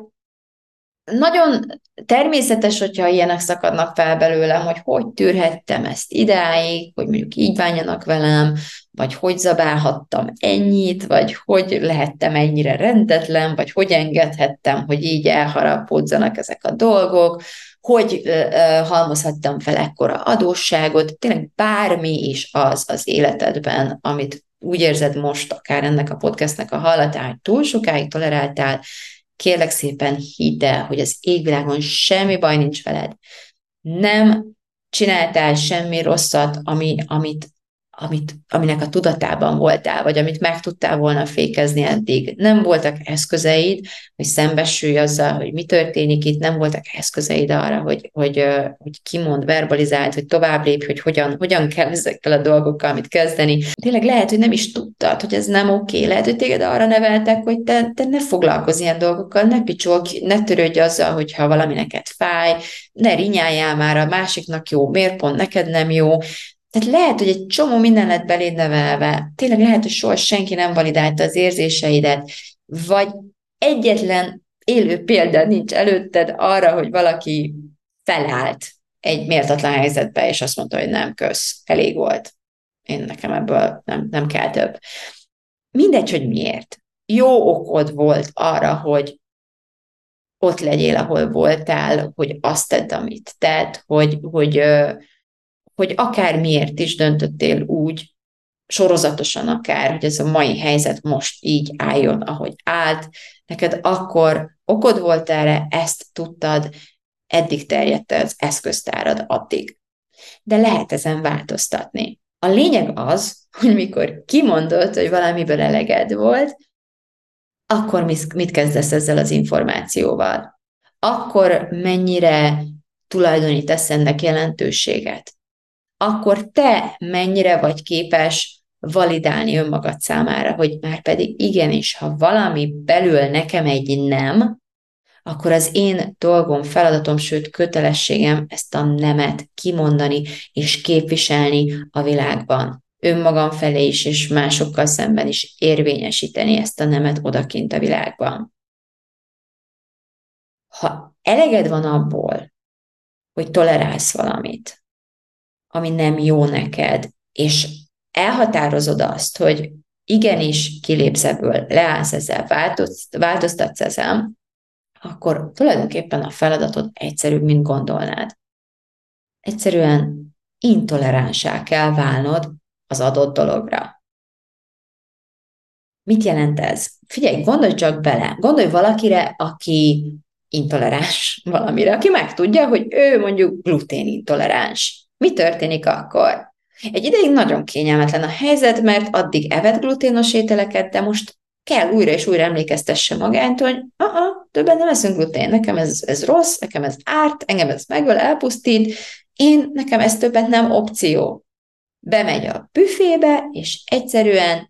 nagyon természetes, hogyha ilyenek szakadnak fel belőlem, hogy hogy tűrhettem ezt idáig, hogy mondjuk így bánjanak velem, vagy hogy zabálhattam ennyit, vagy hogy lehettem ennyire rendetlen, vagy hogy engedhettem, hogy így elharapódzanak ezek a dolgok, hogy uh, halmozhattam fel ekkora adósságot, tényleg bármi is az az életedben, amit úgy érzed most, akár ennek a podcastnek a hallatán, hogy túl sokáig toleráltál, kérlek szépen hidd el, hogy az égvilágon semmi baj nincs veled. Nem csináltál semmi rosszat, ami, amit, amit, aminek a tudatában voltál, vagy amit meg tudtál volna fékezni eddig. Nem voltak eszközeid, hogy szembesülj azzal, hogy mi történik itt, nem voltak eszközeid arra, hogy, hogy, hogy kimond, verbalizáld, hogy tovább lépj, hogy hogyan, hogyan kell ezekkel a dolgokkal mit kezdeni. Tényleg lehet, hogy nem is tudtad, hogy ez nem oké. Lehet, hogy téged arra neveltek, hogy te, te ne foglalkozz ilyen dolgokkal, ne picsolj, ne törődj azzal, hogyha valami neked fáj, ne rinyáljál már, a másiknak jó, miért pont neked nem jó. Tehát lehet, hogy egy csomó minden lett beléd nevelve, tényleg lehet, hogy soha senki nem validálta az érzéseidet, vagy egyetlen élő példa nincs előtted arra, hogy valaki felállt egy méltatlan helyzetbe, és azt mondta, hogy nem, kösz, elég volt. Én nekem ebből nem, nem kell több. Mindegy, hogy miért. Jó okod volt arra, hogy ott legyél, ahol voltál, hogy azt tedd, amit tedd, hogy, hogy hogy akár miért is döntöttél úgy, sorozatosan akár, hogy ez a mai helyzet most így álljon, ahogy állt, neked akkor okod volt erre, ezt tudtad, eddig terjedt az eszköztárad addig. De lehet ezen változtatni. A lényeg az, hogy mikor kimondod, hogy valamiből eleged volt, akkor mit kezdesz ezzel az információval? Akkor mennyire tulajdonítasz ennek jelentőséget? Akkor te mennyire vagy képes validálni önmagad számára, hogy már pedig igenis, ha valami belül nekem egy nem, akkor az én dolgom, feladatom, sőt kötelességem ezt a nemet kimondani és képviselni a világban. Önmagam felé is, és másokkal szemben is érvényesíteni ezt a nemet odakint a világban. Ha eleged van abból, hogy tolerálsz valamit, ami nem jó neked, és elhatározod azt, hogy igenis kilépsz ebből, leállsz ezzel, változtatsz ezzel, akkor tulajdonképpen a feladatod egyszerűbb, mint gondolnád. Egyszerűen intoleránsá kell válnod az adott dologra. Mit jelent ez? Figyelj, gondolj csak bele, gondolj valakire, aki intoleráns valamire, aki megtudja, hogy ő mondjuk gluténintoleráns. Mi történik akkor? Egy ideig nagyon kényelmetlen a helyzet, mert addig evett gluténos ételeket, de most kell újra és újra emlékeztesse magát, hogy aha, többen nem eszünk glutén, nekem ez, ez rossz, nekem ez árt, engem ez megöl, elpusztít, én, nekem ez többet nem opció. Bemegy a büfébe, és egyszerűen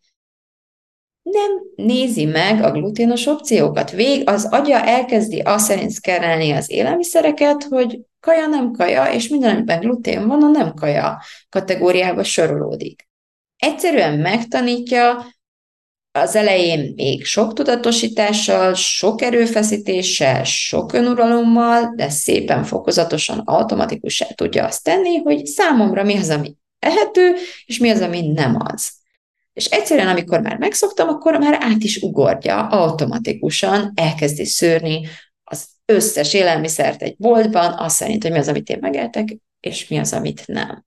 nem nézi meg a gluténos opciókat. Vég az agya elkezdi azt szerint szkerelni az élelmiszereket, hogy kaja, nem kaja, és minden, amiben glutén van, a nem kaja kategóriába sorolódik. Egyszerűen megtanítja az elején még sok tudatosítással, sok erőfeszítéssel, sok önuralommal, de szépen fokozatosan, automatikussá tudja azt tenni, hogy számomra mi az, ami ehető, és mi az, ami nem az. És egyszerűen, amikor már megszoktam, akkor már át is ugorja, automatikusan elkezdi szőrni az összes élelmiszert egy boltban, azt szerint, hogy mi az, amit én megeltek, és mi az, amit nem.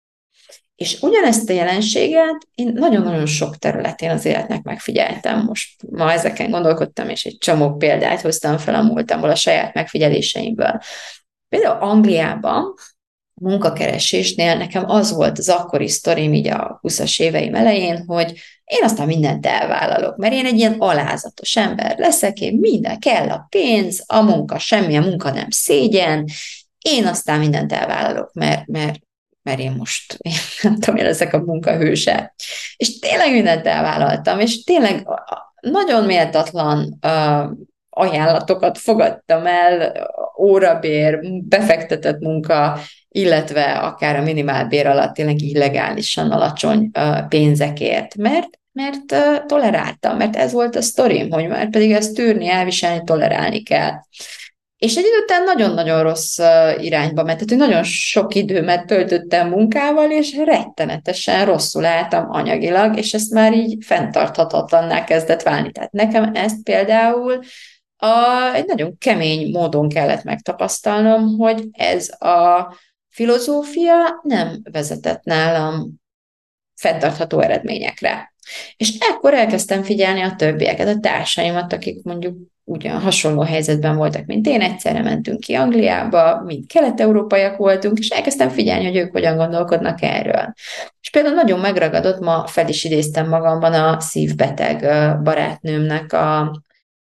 És ugyanezt a jelenséget én nagyon-nagyon sok területén az életnek megfigyeltem. Most ma ezeken gondolkodtam, és egy csomó példát hoztam fel a múltamból, a saját megfigyeléseimből. Például Angliában munkakeresésnél nekem az volt az akkori sztorim, így a huszas éveim elején, hogy én aztán mindent elvállalok, mert én egy ilyen alázatos ember leszek, én minden kell a pénz, a munka, semmilyen munka nem szégyen, én aztán mindent elvállalok, mert, mert, mert én most, én nem tudom, én leszek a munkahőse. És tényleg mindent elvállaltam, és tényleg nagyon méltatlan uh, ajánlatokat fogadtam el, órabér, befektetett munka, illetve akár a minimálbér alatt tényleg illegálisan alacsony pénzekért, mert, mert toleráltam, mert ez volt a sztorim, hogy már pedig ezt tűrni, elviselni, tolerálni kell. És egy idő után nagyon-nagyon rossz irányba ment, tehát hogy nagyon sok időmet töltöttem munkával, és rettenetesen rosszul álltam anyagilag, és ezt már így fenntarthatatlanná kezdett válni. Tehát nekem ezt például a, egy nagyon kemény módon kellett megtapasztalnom, hogy ez a filozófia nem vezetett nálam fenntartható eredményekre. És ekkor elkezdtem figyelni a többieket, a társaimat, akik mondjuk ugyan hasonló helyzetben voltak, mint én, egyszerre mentünk ki Angliába, mind kelet-európaiak voltunk, és elkezdtem figyelni, hogy ők hogyan gondolkodnak erről. És például nagyon megragadott, ma fel is idéztem magamban a szívbeteg barátnőmnek a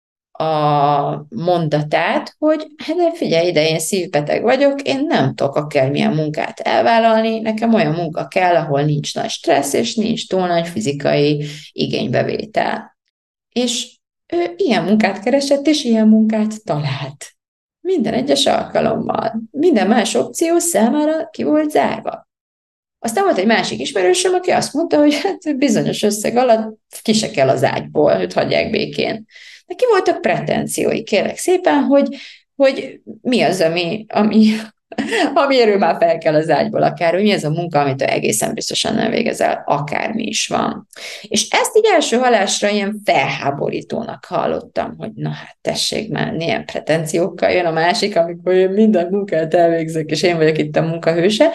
a mondatát, hogy hát de figyelj ide, én szívbeteg vagyok, én nem tudok akármilyen munkát elvállalni, nekem olyan munka kell, ahol nincs nagy stressz, és nincs túl nagy fizikai igénybevétel. És ő ilyen munkát keresett, és ilyen munkát talált. Minden egyes alkalommal. Minden más opció számára ki volt zárva. Aztán volt egy másik ismerősöm, aki azt mondta, hogy hát bizonyos összeg alatt ki se kell az ágyból, őt hagyják békén. Neki voltak pretenziói, kérlek szépen, hogy, hogy mi az, ami, ami, ami erről már fel kell az ágyból akár, hogy mi az a munka, amit egészen biztosan nem végezel, akármi is van. És ezt így első hallásra ilyen felháborítónak hallottam, hogy na hát tessék már, milyen pretenziókkal jön a másik, amikor én minden munkát elvégzek, és én vagyok itt a munkahőse,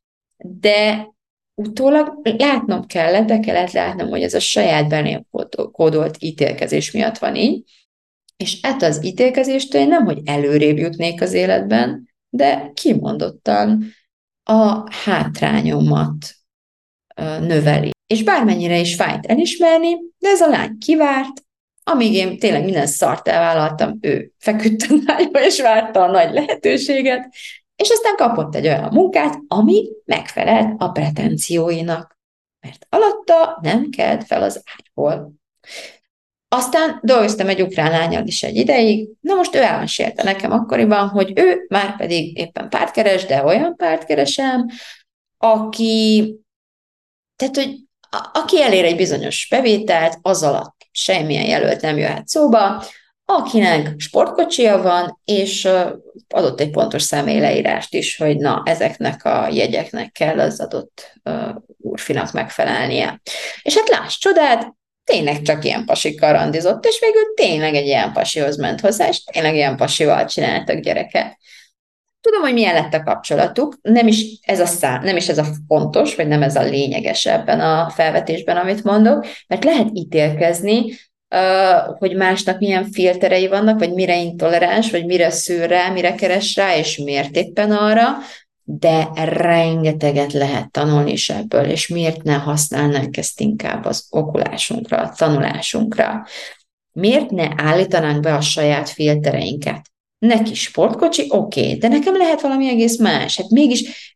de utólag látnom kellett, be kellett látnom, hogy ez a saját beném kódolt ítélkezés miatt van így, és ettől az ítélkezéstől én nem, hogy előrébb jutnék az életben, de kimondottan a hátrányomat növeli. És bármennyire is fájt elismerni, de ez a lány kivárt, amíg én tényleg minden szart elvállaltam, ő feküdt a lágyba, és várta a nagy lehetőséget, és aztán kapott egy olyan munkát, ami megfelelt a pretenzióinak, mert alatta nem kelt fel az ágyból. Aztán dolgoztam egy ukrán lánnyal is egy ideig, na most ő elmesélte nekem akkoriban, hogy ő már pedig éppen párt keres, de olyan párt keresem, aki, tehát, hogy a, aki elér egy bizonyos bevételt, az alatt semmilyen jelölt nem jöhet szóba, akinek sportkocsia van, és adott egy pontos személyleírást is, hogy na, ezeknek a jegyeknek kell az adott uh, úrfinak megfelelnie. És hát láss csodát, tényleg csak ilyen pasikkal randizott, és végül tényleg egy ilyen pasihoz ment hozzá, és tényleg ilyen pasival csináltak gyereket. Tudom, hogy milyen lett a kapcsolatuk, nem is ez a szám, nem is ez a fontos, vagy nem ez a lényeges ebben a felvetésben, amit mondok, mert lehet ítélkezni, hogy másnak milyen filterei vannak, vagy mire intoleráns, vagy mire szűr rá, mire keres rá, és miért éppen arra, de rengeteget lehet tanulni is ebből, és miért ne használnánk ezt inkább az okulásunkra, a tanulásunkra. Miért ne állítanánk be a saját filtereinket? Neki sportkocsi, oké, okay, de nekem lehet valami egész más. Hát mégis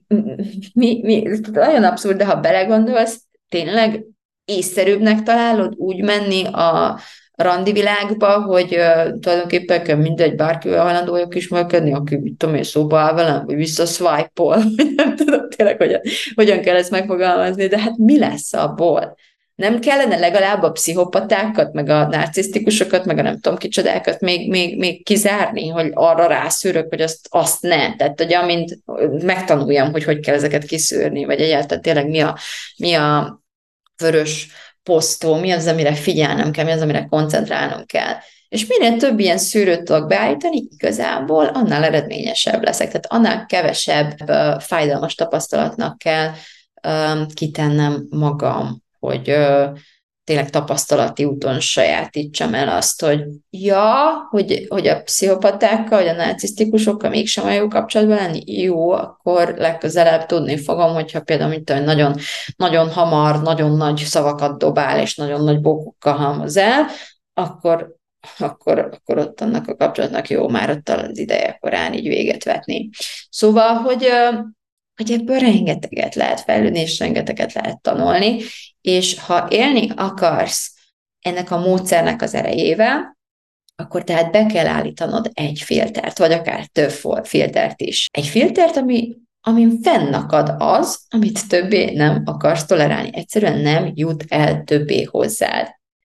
mi, mi, nagyon abszurd, de ha belegondolsz, tényleg észszerűbbnek találod úgy menni a randi világba, hogy uh, tulajdonképpen mindegy, bárkivel hajlandó vagyok ismerkedni, aki, mit tudom én, szóba áll velem, vagy vissza swipe-ol, vagy nem tudom tényleg, hogyan, hogyan kell ezt megfogalmazni, de hát mi lesz abból? Nem kellene legalább a pszichopatákat, meg a narcisztikusokat, meg a nem tudom kicsodákat még, még, még kizárni, hogy arra rászűrök, hogy azt, azt ne. Tehát, hogy amint megtanuljam, hogy hogy kell ezeket kiszűrni, vagy egyáltalán tényleg mi a, mi a vörös posztó, mi az, amire figyelnem kell, mi az, amire koncentrálnom kell. És minél több ilyen szűrőt tudok beállítani, igazából annál eredményesebb leszek. Tehát annál kevesebb uh, fájdalmas tapasztalatnak kell uh, kitennem magam, hogy uh, tényleg tapasztalati úton sajátítsam el azt, hogy ja, hogy, hogy a pszichopatákkal, vagy a narcisztikusokkal mégsem olyan jó kapcsolatban lenni, jó, akkor legközelebb tudni fogom, hogyha például mint tudom, nagyon, nagyon hamar, nagyon nagy szavakat dobál, és nagyon nagy bókokkal halmoz el, akkor, akkor, akkor ott annak a kapcsolatnak jó, már ott az ideje korán így véget vetni. Szóval, hogy hogy ebből rengeteget lehet fejlődni, és rengeteget lehet tanulni, és ha élni akarsz ennek a módszernek az erejével, akkor tehát be kell állítanod egy filtert, vagy akár több filtert is. Egy filtert, ami, amin fennakad az, amit többé nem akarsz tolerálni. Egyszerűen nem jut el többé hozzád.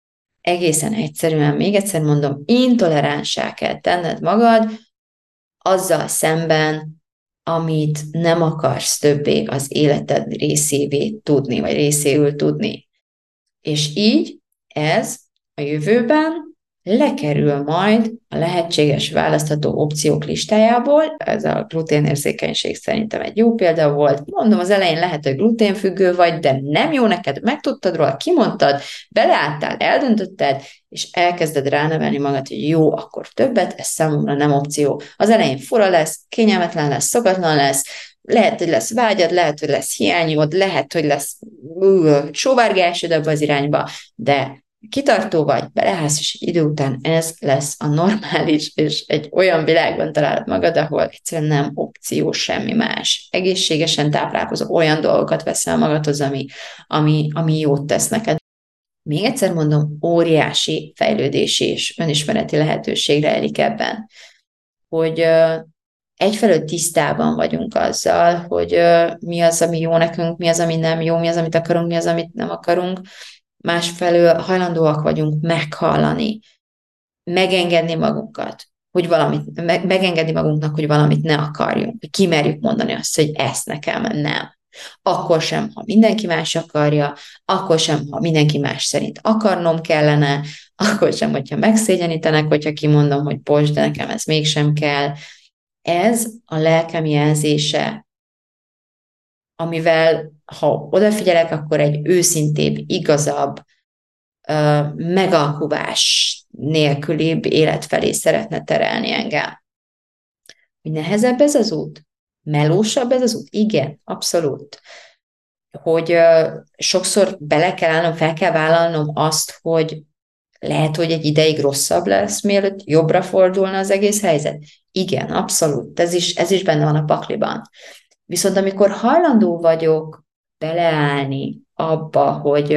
Egészen egyszerűen, még egyszer mondom, intoleránsá kell tenned magad azzal szemben, amit nem akarsz többé az életed részévé tudni, vagy részéül tudni. És így ez a jövőben lekerül majd a lehetséges választható opciók listájából. Ez a gluténérzékenység szerintem egy jó példa volt. Mondom, az elején lehet, hogy gluténfüggő vagy, de nem jó neked, megtudtad róla, kimondtad, beleálltál, eldöntötted, és elkezded ránevelni magad, hogy jó, akkor többet, ez számomra nem opció. Az elején fura lesz, kényelmetlen lesz, szokatlan lesz, lehet, hogy lesz vágyad, lehet, hogy lesz hiányod, lehet, hogy lesz uh, sóvárgásod ebbe az irányba, de kitartó vagy, belehállsz, és egy idő után ez lesz a normális, és egy olyan világban találod magad, ahol egyszerűen nem opció semmi más. Egészségesen táplálkozó, olyan dolgokat veszel magadhoz, ami, ami, ami jót tesz neked. Még egyszer mondom, óriási fejlődési és önismereti lehetőség rejlik ebben, hogy uh, egyfelől tisztában vagyunk azzal, hogy uh, mi az, ami jó nekünk, mi az, ami nem jó, mi az, amit akarunk, mi az, amit nem akarunk. Másfelől hajlandóak vagyunk meghallani, megengedni magunkat, hogy valamit, meg, megengedni magunknak, hogy valamit ne akarjunk, hogy kimerjük mondani azt, hogy ezt nekem nem. Akkor sem, ha mindenki más akarja, akkor sem, ha mindenki más szerint akarnom kellene, akkor sem, hogyha megszégyenítenek, hogyha kimondom, hogy bocs, de nekem ez mégsem kell. Ez a lelkem jelzése, amivel, ha odafigyelek, akkor egy őszintébb, igazabb, megalkuvás nélkülibb élet felé szeretne terelni engem. Hogy nehezebb ez az út? Melósabb ez az út? Igen, abszolút. hogy uh, sokszor bele kell állnom, fel kell vállalnom azt, hogy lehet, hogy egy ideig rosszabb lesz, mielőtt jobbra fordulna az egész helyzet. Igen, abszolút, ez is, ez is benne van a pakliban. Viszont amikor hajlandó vagyok beleállni abba, hogy,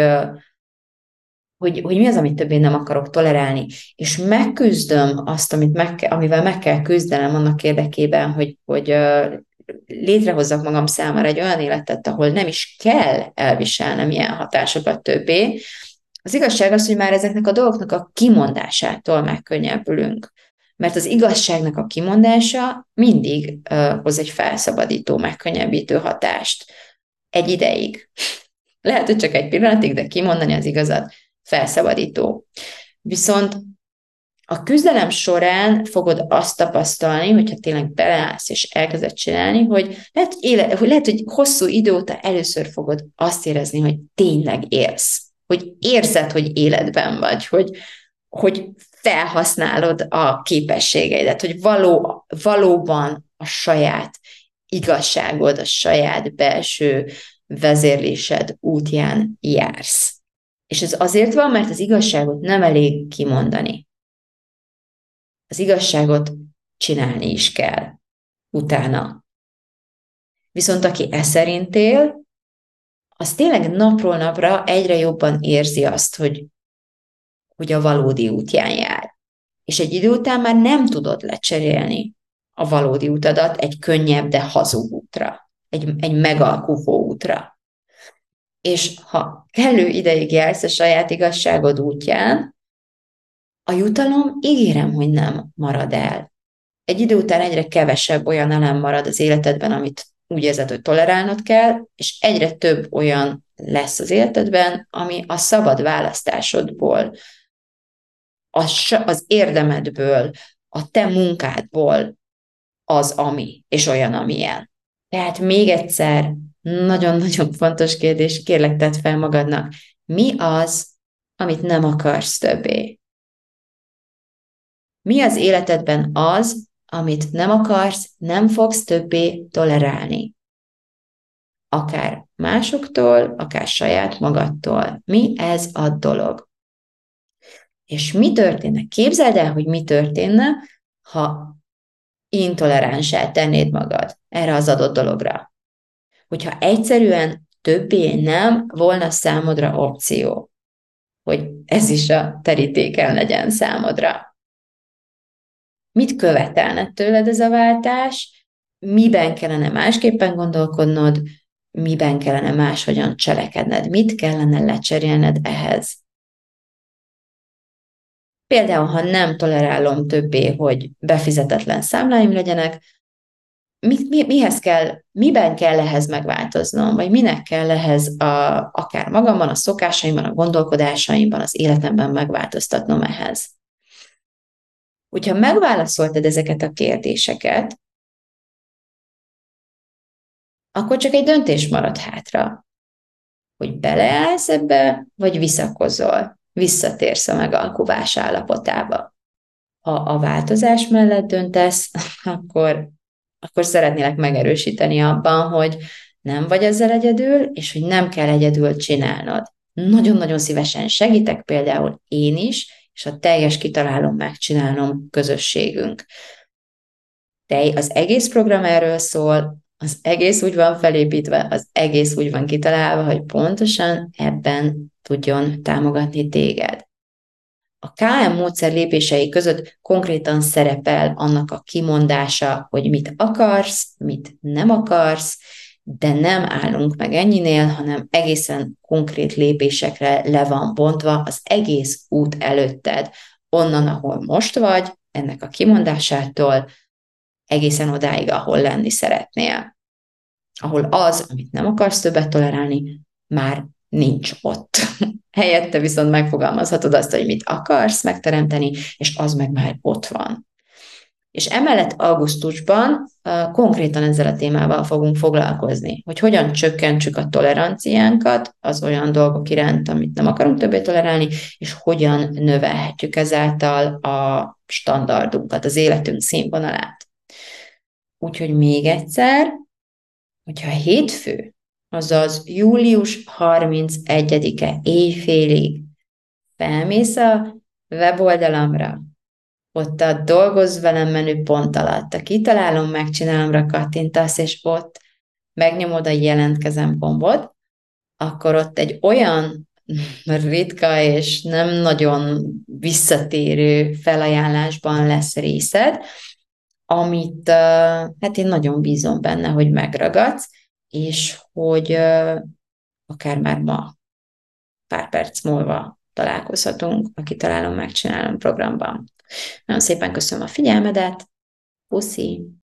hogy, hogy mi az, amit többé nem akarok tolerálni, és megküzdöm azt, amit meg, amivel meg kell küzdenem annak érdekében, hogy, hogy létrehozzak magam számára egy olyan életet, ahol nem is kell elviselnem ilyen hatásokat többé. Az igazság az, hogy már ezeknek a dolgoknak a kimondásától megkönnyebbülünk. Mert az igazságnak a kimondása mindig uh, hoz egy felszabadító, megkönnyebbítő hatást. Egy ideig. Lehet, hogy csak egy pillanatig, de kimondani az igazat felszabadító. Viszont a küzdelem során fogod azt tapasztalni, hogyha tényleg beleállsz és elkezded csinálni, hogy lehet, hogy, éle, hogy lehet, hogy hosszú idő óta először fogod azt érezni, hogy tényleg élsz. Hogy érzed, hogy életben vagy, hogy, hogy felhasználod a képességeidet, hogy való, valóban a saját igazságod, a saját belső vezérlésed útján jársz. És ez azért van, mert az igazságot nem elég kimondani. Az igazságot csinálni is kell utána. Viszont aki e szerint él, az tényleg napról napra egyre jobban érzi azt, hogy, hogy a valódi útján jár. És egy idő után már nem tudod lecserélni a valódi utadat egy könnyebb, de hazug útra, egy, egy megalkuvó útra. És ha kellő ideig jársz a saját igazságod útján, a jutalom ígérem, hogy nem marad el. Egy idő után egyre kevesebb olyan elem marad az életedben, amit úgy érzed, hogy tolerálnod kell, és egyre több olyan lesz az életedben, ami a szabad választásodból, az érdemedből, a te munkádból az, ami, és olyan, amilyen. Tehát még egyszer, nagyon-nagyon fontos kérdés, kérlek tedd fel magadnak, mi az, amit nem akarsz többé? Mi az életedben az, amit nem akarsz, nem fogsz többé tolerálni? Akár másoktól, akár saját magadtól. Mi ez a dolog? És mi történne? Képzeld el, hogy mi történne, ha intoleránsá tennéd magad erre az adott dologra. Hogyha egyszerűen többé nem volna számodra opció, hogy ez is a terítéken legyen számodra. Mit követelne tőled ez a váltás? Miben kellene másképpen gondolkodnod? Miben kellene máshogyan cselekedned? Mit kellene lecserélned ehhez? Például, ha nem tolerálom többé, hogy befizetetlen számláim legyenek, mi, mi, mihez kell, miben kell ehhez megváltoznom, vagy minek kell ehhez a, akár magamban, a szokásaimban, a gondolkodásaimban, az életemben megváltoztatnom ehhez. Hogyha megválaszoltad ezeket a kérdéseket, akkor csak egy döntés marad hátra, hogy beleállsz ebbe, vagy visszakozol, visszatérsz a megalkuvás állapotába. Ha a változás mellett döntesz, akkor, akkor szeretnélek megerősíteni abban, hogy nem vagy ezzel egyedül, és hogy nem kell egyedül csinálnod. Nagyon-nagyon szívesen segítek, például én is, és a teljes kitalálom, megcsinálom közösségünk. De az egész program erről szól, az egész úgy van felépítve, az egész úgy van kitalálva, hogy pontosan ebben tudjon támogatni téged. A ká em módszer lépései között konkrétan szerepel annak a kimondása, hogy mit akarsz, mit nem akarsz, de nem állunk meg ennyinél, hanem egészen konkrét lépésekre le van bontva az egész út előtted, onnan, ahol most vagy, ennek a kimondásától, egészen odáig, ahol lenni szeretnél. Ahol az, amit nem akarsz többet tolerálni, már nincs ott. Helyette viszont megfogalmazhatod azt, hogy mit akarsz megteremteni, és az meg már ott van. És emellett augusztusban uh, konkrétan ezzel a témával fogunk foglalkozni, hogy hogyan csökkentsük a toleranciánkat az olyan dolgok iránt, amit nem akarunk többé tolerálni, és hogyan növelhetjük ezáltal a standardunkat, az életünk színvonalát. Úgyhogy még egyszer, hogyha hétfő azaz július harmincegyedike éjfélig felmész a weboldalamra, ott a dolgozz velem menüpont alatt, a kitalálom, megcsinálomra kattintasz, és ott megnyomod a jelentkezem gombot, akkor ott egy olyan ritka és nem nagyon visszatérő felajánlásban lesz részed, amit hát én nagyon bízom benne, hogy megragadsz, és hogy akár már ma, pár perc múlva találkozhatunk a Kitalálom, megcsinálom programban. Nagyon szépen köszönöm a figyelmedet, puszi!